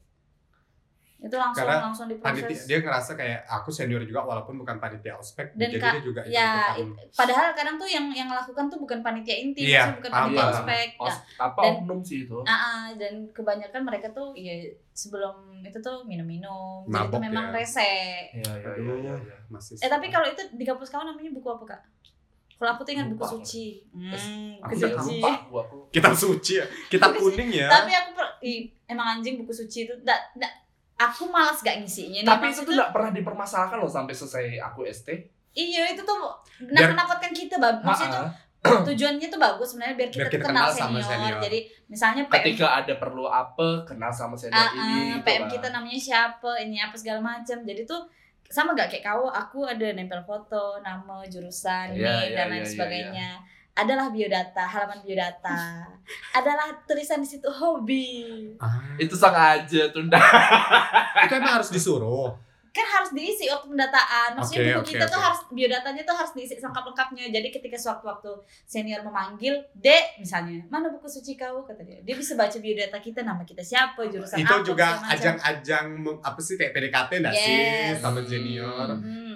Itu langsung diproses. Dia ngerasa kayak aku senior juga walaupun bukan panitia ospek, dan jadi dia juga padahal kadang tuh yang lakukan tuh bukan panitia inti, bukan panitia ospek. Oknum sih itu. Dan kebanyakan mereka tuh sebelum itu tuh minum-minum. Mabok, jadi itu memang rese. Iya. Tapi kalau itu di kampus kamu namanya buku apa Kak? Kalau aku tuh ingat buku suci. Aku udah lupa aku. Kitab suci ya. Kitab kuning ya. Tapi aku emang anjing buku suci itu aku malas gak ngisinya. Tapi itu tuh gak pernah dipermasalahkan loh sampai selesai aku ST. Iya, itu tuh nakut-nakutkan kita. Maksudnya tuh tujuannya tuh bagus sebenarnya biar kita kenal senior. Jadi misalnya ketika ada perlu apa, kenal sama senior ini. PM kita namanya siapa, ini apa segala macam. Jadi tuh sama gak kayak kau, aku ada nempel foto, nama, jurusan, dan lain sebagainya. Adalah biodata, halaman biodata. Adalah tulisan di situ hobi. Itu sengaja tuh. Itu emang harus disuruh. Kan harus diisi waktu pendataan. Maksudnya buku kita tuh harus biodatanya tuh harus diisi lengkap-lengkapnya. Jadi ketika sewaktu senior memanggil, "Dek," misalnya, "Mana buku suci kau?" kata dia. Dia bisa baca biodata kita, nama kita siapa, jurusan itu apa. Itu juga ajang-ajang apa sih kayak PDKT enggak sih sama senior.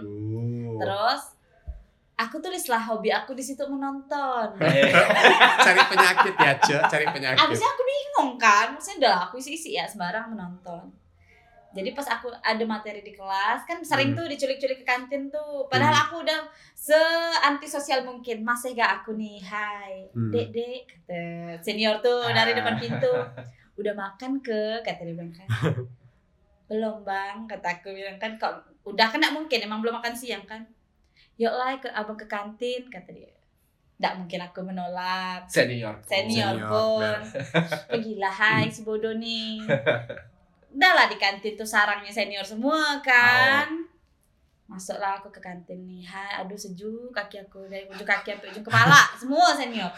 Terus aku tulislah hobi aku di situ menonton. Cari penyakit ya, cari penyakit. Abisnya aku bingung kan, maksudnya udah aku isi-isi ya sembarang menonton. Jadi pas aku ada materi di kelas kan sering tuh diculik-culik ke kantin tuh. Padahal aku udah se-antisosial mungkin. Masih gak aku nih, "Hai, Dek," kata senior tuh dari depan pintu. "Udah makan ke?" kata dia bilang kan. "Belum Bang," kata aku bilang kan. "Kok udah kan gak mungkin, emang belum makan siang kan?" "Yuk lah abang ke kantin," kata dia. Nggak mungkin aku menolak. Senior pun. Pergilah, hai si bodoh nih. Udah lah di kantin tuh sarangnya senior semua kan. Masuklah aku ke kantin nih. "Hai, aduh sejuk kaki aku dari ujung kaki sampai ujung kepala." Semua senior.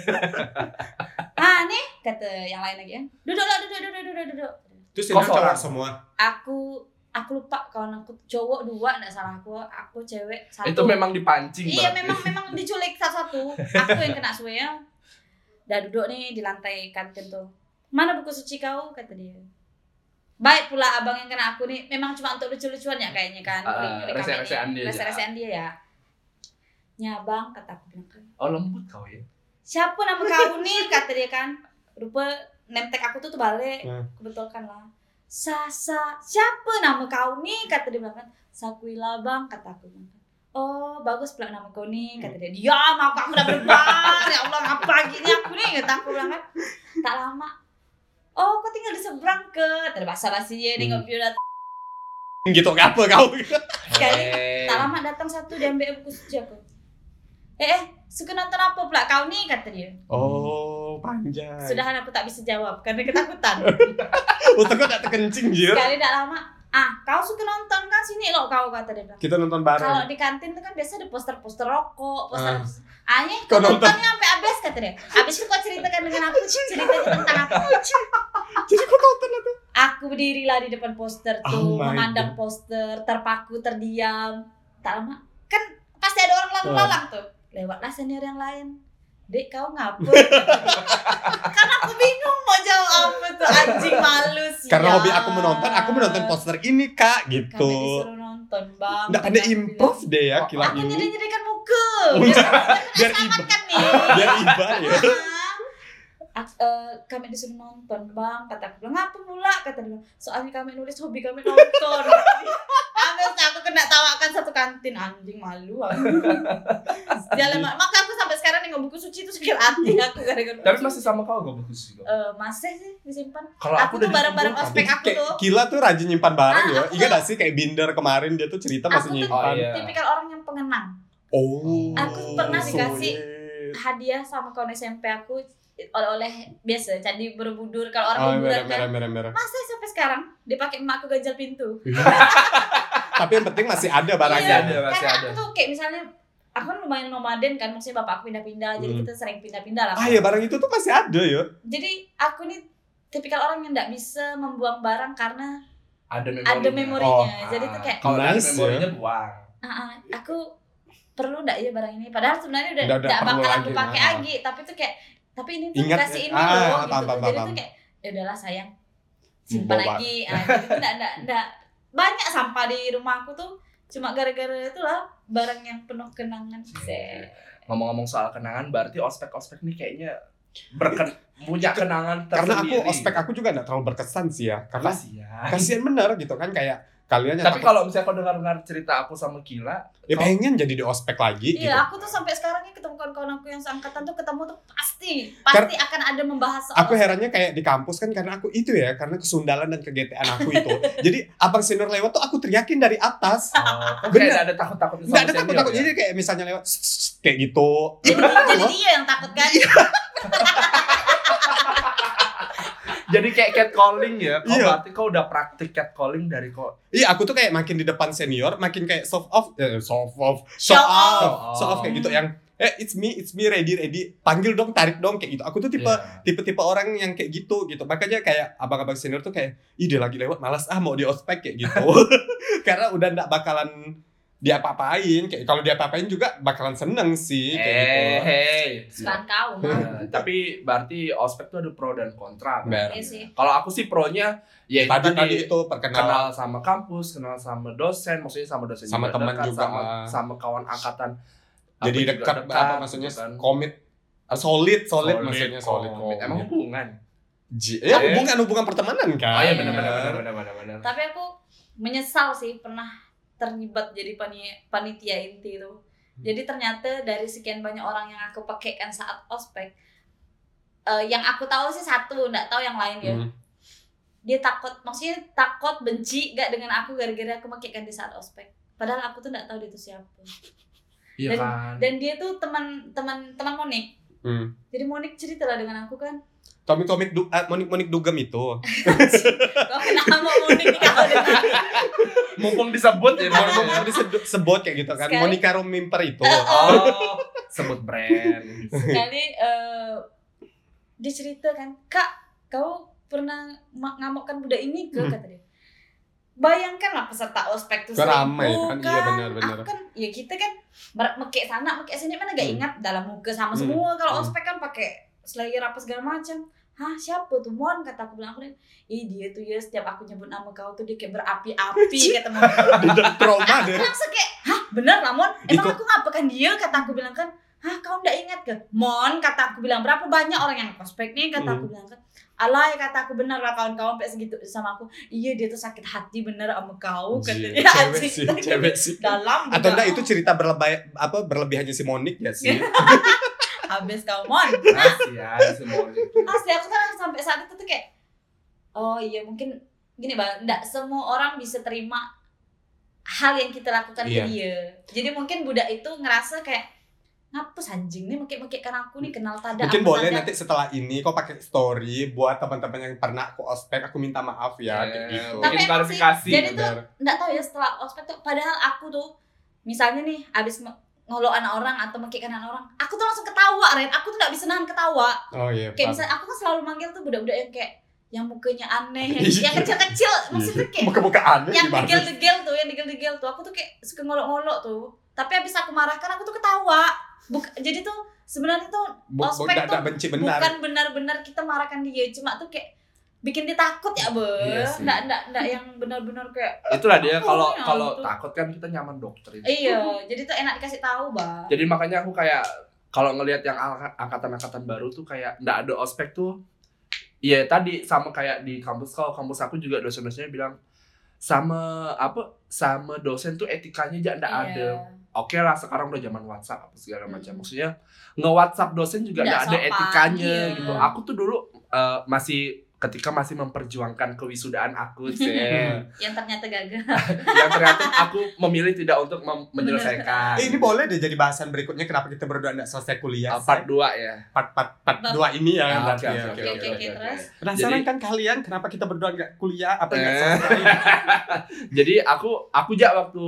"Nih," kata yang lain lagi kan. Duduk. Terus senior cowok semua. Aku lupa kawan aku cowok 2 enggak salah aku cewek 1. Itu memang dipancing. Iya, memang diculik satu-satu. Aku yang kena suwe ya. Udah duduk nih di lantai kantin tuh. "Mana buku suci kau?" kata dia. Baik pula abang yang kena aku nih, memang cuma untuk lucu-lucuan ya kayaknya kan. Rese-resean dia ya. "Ya bang," kata aku bilang kan. "Oh lembut kau ya." "Siapa nama kau nih?" kata dia kan. Rupa nemtek aku tuh balik. Kebetulkan lah. "Sasa, siapa nama kau nih?" kata dia bilang kan. "Sakuila bang," kata aku bilang kan. "Oh bagus pula nama kau nih," kata dia. "Diam, aku udah berubah. Ya Allah ngapa gini aku nih," kata aku bilang kan. Tak lama, "Oh kau tinggal di seberang ke?" Ada basa-basinya nengok biodata. gitu apa kau? Sekali tak lama datang satu dia ambil buku suci aku. Suka nonton apa pula kau nih, kata dia. Oh, panjang. Sudahan aku tak bisa jawab karena ketakutan. Otak kau tak terkencing jir. Sekali tak lama, kau suka nonton kan, sini lo kau, kata dia bilang. Kita nonton bareng. Kalau di kantin tuh kan biasa ada poster-poster rokok, poster. Kau nonton nontonnya sampai habis, kata dia. Habis itu kau ceritakan dengan aku ceritanya tentang apa? Jadi kau nonton itu? Aku berdiri lah di depan poster tuh, Oh my memandang poster, terpaku, terdiam. Tak lama, kan pasti ada orang lalu-lalang tuh. Lewatlah senior yang lain. Dek, kau ngapa? Kan aku bingung mau jawab apa tuh, anjing, malu sih. Karena hobi aku menonton poster ini kak, gitu. Karena disuruh nonton, bang. Nggak ada improv deh ya, Kila Aku ini. nyedih-nyedihkan muka. Biar Selamatkan nih. Biar iba ya. Kami disuruh nonton, bang, kata aku bilang, ngapa pula, kata dia, soalnya kami nulis hobi kami nonton. Aku kena tawakan satu kantin, anjing, malu aku. Maka aku sampai sekarang nengok buku suci itu sakit hati aku gara-gara. Tapi masih sama kau gak buku suci? Masih sih disimpan. Kalau Aku tuh barang-barang ospek aku tuh. Kila tuh rajin nyimpan barang ya. Aku Ingat gak sih kayak Binder kemarin dia tuh cerita masih Aku tuh nyimpan. tipikal orang yang pengenang. Oh. Aku pernah dikasih sulit. hadiah sama kawan SMP aku oleh-oleh biasa candi Borobudur, kalau orang liburan kan. Merah. Masih sampai sekarang dipakai emak aku ganjal pintu. Tapi yang penting masih ada barangnya. Iya, masih karena ada. aku tuh kayak misalnya aku kan lumayan nomaden kan, maksudnya bapak aku pindah-pindah, jadi kita sering pindah-pindah lah. Ya barang itu tuh masih ada ya. Jadi aku nih tipikal orang yang nggak bisa membuang barang karena ada memorinya. Jadi tuh kayak kalau ada Nice, memorinya buang. aku perlu nggak ya barang ini? Padahal sebenarnya udah Udah nggak perlu bakal lagi, aku pakai lagi, tapi tuh kayak ini tuh Ingat kasih ya? ini loh gitu. paham. Jadi tuh kayak ya udahlah sayang, simpan Bawa. lagi. Jadi tuh nggak banyak sampah di rumah aku tuh cuma gara-gara itulah barang yang penuh kenangan. Ngomong-ngomong soal kenangan, berarti ospek-ospek nih kayaknya punya kenangan Karena tersendiri. ospek aku juga gak terlalu berkesan sih ya. Karena Kasian. kasihan bener gitu kan kayak kalian yang Tapi kalau misalnya kau dengar cerita aku sama Kila, ya pengen jadi di ospek lagi gitu. Iya, aku tuh sampai sekarang nih ketemu kawan-kawan aku yang seangkatan tuh ketemu tuh pasti akan ada membahas soal Aku herannya kayak di kampus kan karena aku itu ya, karena kesundalan dan kegetean aku itu. Jadi abang senior lewat tuh aku teriakin dari atas. kan Bener. kayak ada takut-takut sama Nggak ada senior takut-takut. ya? Jadi kayak misalnya lewat kayak gitu. jadi dia yang takut kan. Jadi kayak catcalling ya. Kau Iya. berarti kau udah praktik catcalling dari kau. Iya, aku tuh kayak makin di depan senior, makin kayak show off Show off. kayak gitu yang it's me ready, panggil dong, tarik dong kayak gitu. Aku tuh tipe orang yang kayak gitu. Makanya kayak abang-abang senior tuh kayak dia lagi lewat malas mau di ospek kayak gitu. Karena udah nggak bakalan diapa-apain, kayak kalau diapa-apain juga bakalan seneng sih kayak gitu. Sukaan kau. Tapi berarti ospek tuh ada pro dan kontra. Ber. Iya sih. Kalau aku sih pro-nya ya itu Tadi itu kenal sama kampus, kenal sama dosen, maksudnya sama dosen Sama juga teman dekat, juga. sama kawan angkatan. Jadi Aku juga dekat apa maksudnya gitu kan. komit solid maksudnya solid komit. Emang hubungan. ya hubungan pertemanan kan. Oh iya benar. Tapi aku menyesal sih pernah terlibat jadi panitia inti itu. Jadi ternyata dari sekian banyak orang yang aku pakaikan saat ospek, yang aku tahu sih satu, nggak tahu yang lain ya. Dia maksudnya takut benci gak dengan aku gara-gara aku pakaikan di saat ospek. Padahal aku tuh nggak tahu dia itu siapa. Iya kan. Dan dia tuh teman Monik. Jadi Monik cerita lah dengan aku kan. Monik Dugem itu. Kau kenapa Monik nih kalau dengar? Mumpung disebut ya. Mau disebut kayak gitu kan. Sekali. Monica Romimper itu. Sebut brand. Sekali dia cerita kan, Kak, kau pernah ngamukkan budak ini ke? Kata dia. Bayangkanlah peserta ospek tuh ramai kan, iya benar. Aku kan, ya kita kan mekek sana, mekek sini mana gak ingat dalam muka sama semua. Kalau ospek kan pakai slayer apa segala macam. Hah, siapa tuh Mon? Kata aku bilang, dia tuh ya setiap aku nyebut nama kau tuh dia kayak berapi-api kata Mon. Dia trauma deh. Aku langsung kayak, hah bener lah Mon? Emang aku ngapakan dia? Kata aku bilang kan, hah kau nggak ingat ke? Mon, kata aku bilang, berapa banyak orang yang ospek nih? Kata aku bilang kan, alay, kata aku bener lah kawan-kawan sampai segitu sama aku. Iya dia tuh sakit hati bener sama kau. Kata dia, cewek sih. Dalam. Atau enggak itu cerita berlebihannya si Monik ya sih. Habis kau Mon. Kasihan semua itu. Asli aku kan sampai saat itu tuh kayak, oh iya mungkin gini Bang, enggak semua orang bisa terima hal yang kita lakukan ke Iya. dia. Jadi mungkin budak itu ngerasa kayak ngapus anjing nih mekek-mekekkan aku nih kenal tada. Mungkin apa boleh tada. nanti setelah ini kau pakai story buat teman-teman yang pernah aku ospek, aku minta maaf ya kayak gitu. Tapi Bikin emang sih, klarifikasi. jadi tuh Bener. nggak tahu ya setelah ospek tuh padahal aku tuh misalnya nih abis ngolok anak orang atau mekekkan anak orang, aku tuh langsung ketawa, Ren. Aku tuh nggak bisa nahan ketawa. Oh iya. Kayak paham. misalnya aku kan selalu manggil tuh budak-budak yang kayak yang mukanya aneh, Iya. yang kecil-kecil, maksudnya kayak Muka-muka aneh yang gimana? degel-degel tuh, aku tuh kayak suka ngolok-ngolok tuh. Tapi abis aku marahkan aku tuh ketawa. Jadi tuh sebenarnya tuh ospek tuh Nggak benci benar. bukan benar-benar kita marahkan dia, cuma tuh kayak bikin dia takut ya, Iya sih. nggak yang benar-benar kayak Itulah dia kalau Oh, ya, kalau gitu. takut kan kita nyaman doktrin. iya, jadi tuh enak dikasih tahu, Bang. Jadi makanya aku kayak kalau ngelihat yang angkatan-angkatan baru tuh kayak nggak ada ospek tuh. Iya tadi sama kayak di kampus kampus aku juga dosen-dosennya bilang sama dosen tuh etikanya aja nggak Iya. ada. Oke lah sekarang udah zaman WhatsApp apa segala macam. Maksudnya nge-WhatsApp dosen juga Nggak nggak ada sopan, etikanya iya. gitu. Aku tuh dulu ketika masih memperjuangkan kewisuudaan aku sih. Yang ternyata gagal. Yang ternyata aku memilih tidak untuk menyelesaikan. Ini boleh deh jadi bahasan berikutnya kenapa kita berdua nggak selesai kuliah. Part 2 ya. Part 2 ini ya. Ah, berarti oke, ya. oke, Oke, terus. Penasaran Jadi- kan kalian kenapa kita berdua nggak kuliah apa nggak Eh. selesai? Jadi aku waktu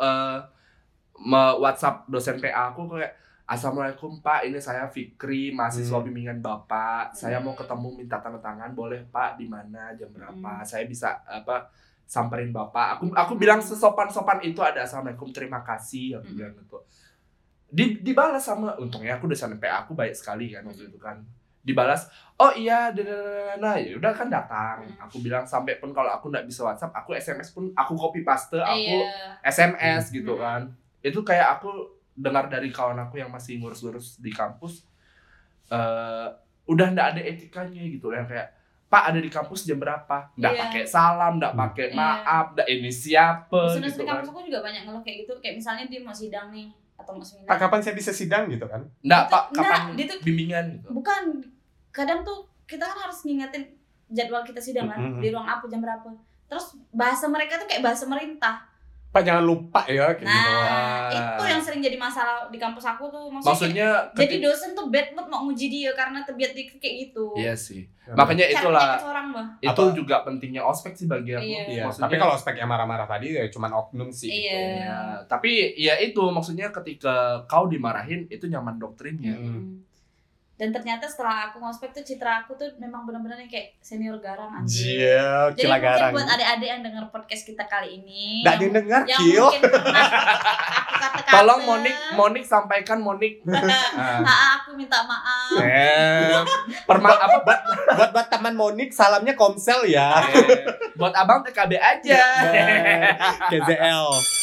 WhatsApp dosen PA aku kayak Assalamualaikum Pak, ini saya Fikri, mahasiswa bimbingan Bapak. Saya mau ketemu minta tanda tangan, boleh Pak? Di mana? Jam berapa? Saya bisa samperin Bapak. Aku bilang sesopan-sopan itu ada Assalamualaikum, terima kasih, aku bilang gitu. Dibalas sama, untungnya aku dosen PA aku baik sekali kan waktu itu kan. Dibalas, oh iya, nah ya udah kan datang. Aku bilang sampai pun kalau aku nggak bisa WhatsApp, aku SMS pun aku copy paste, aku Iya. SMS gitu kan. Itu kayak aku dengar dari kawan aku yang masih ngurus-ngurus di kampus, udah ndak ada etikanya gitu yang kayak Pak ada di kampus jam berapa? Ndak Iya. pakai salam, ndak pakai Iya. maaf, ndak ini siapa Dosen gitu di kan. kampus aku juga banyak ngeluh kayak gitu. Kayak misalnya dia mau sidang nih atau mau seminar. Pak kapan saya bisa sidang gitu kan? Ndak Itu- Pak nggak, kapan dia tuh- bimbingan gitu. Bukan, kadang tuh kita kan harus ngingetin jadwal kita sidang kan, di ruang apa jam berapa. Terus bahasa mereka tuh kayak bahasa merintah. Pak jangan lupa ya kayak gitu. Nah, Ah. itu yang sering jadi masalah di kampus aku tuh. Maksudnya jadi dosen tuh bad mood mau nguji dia karena terbiat dikit kayak gitu. iya sih. Makanya itulah orang mah. itu Apa- juga pentingnya ospek sih bagi aku. Iya. Iya, Maksudnya- tapi kalau ospek yang marah-marah tadi ya cuman oknum sih. Iya. Iya, tapi ya itu maksudnya ketika kau dimarahin itu nyaman doktrinnya. Dan ternyata setelah aku ngospek tuh citra aku tuh memang benar-benar yang kayak senior garang anjir. Jil, Jadi Cila mungkin Garang. buat adik-adik yang denger podcast kita kali ini Nggak didengar, yang Cil. mungkin pernah aku kata-kata. Tolong Monik sampaikan Monik. Aku minta maaf. Buat teman Monik salamnya Komsel ya. Buat abang TKB aja. KZL.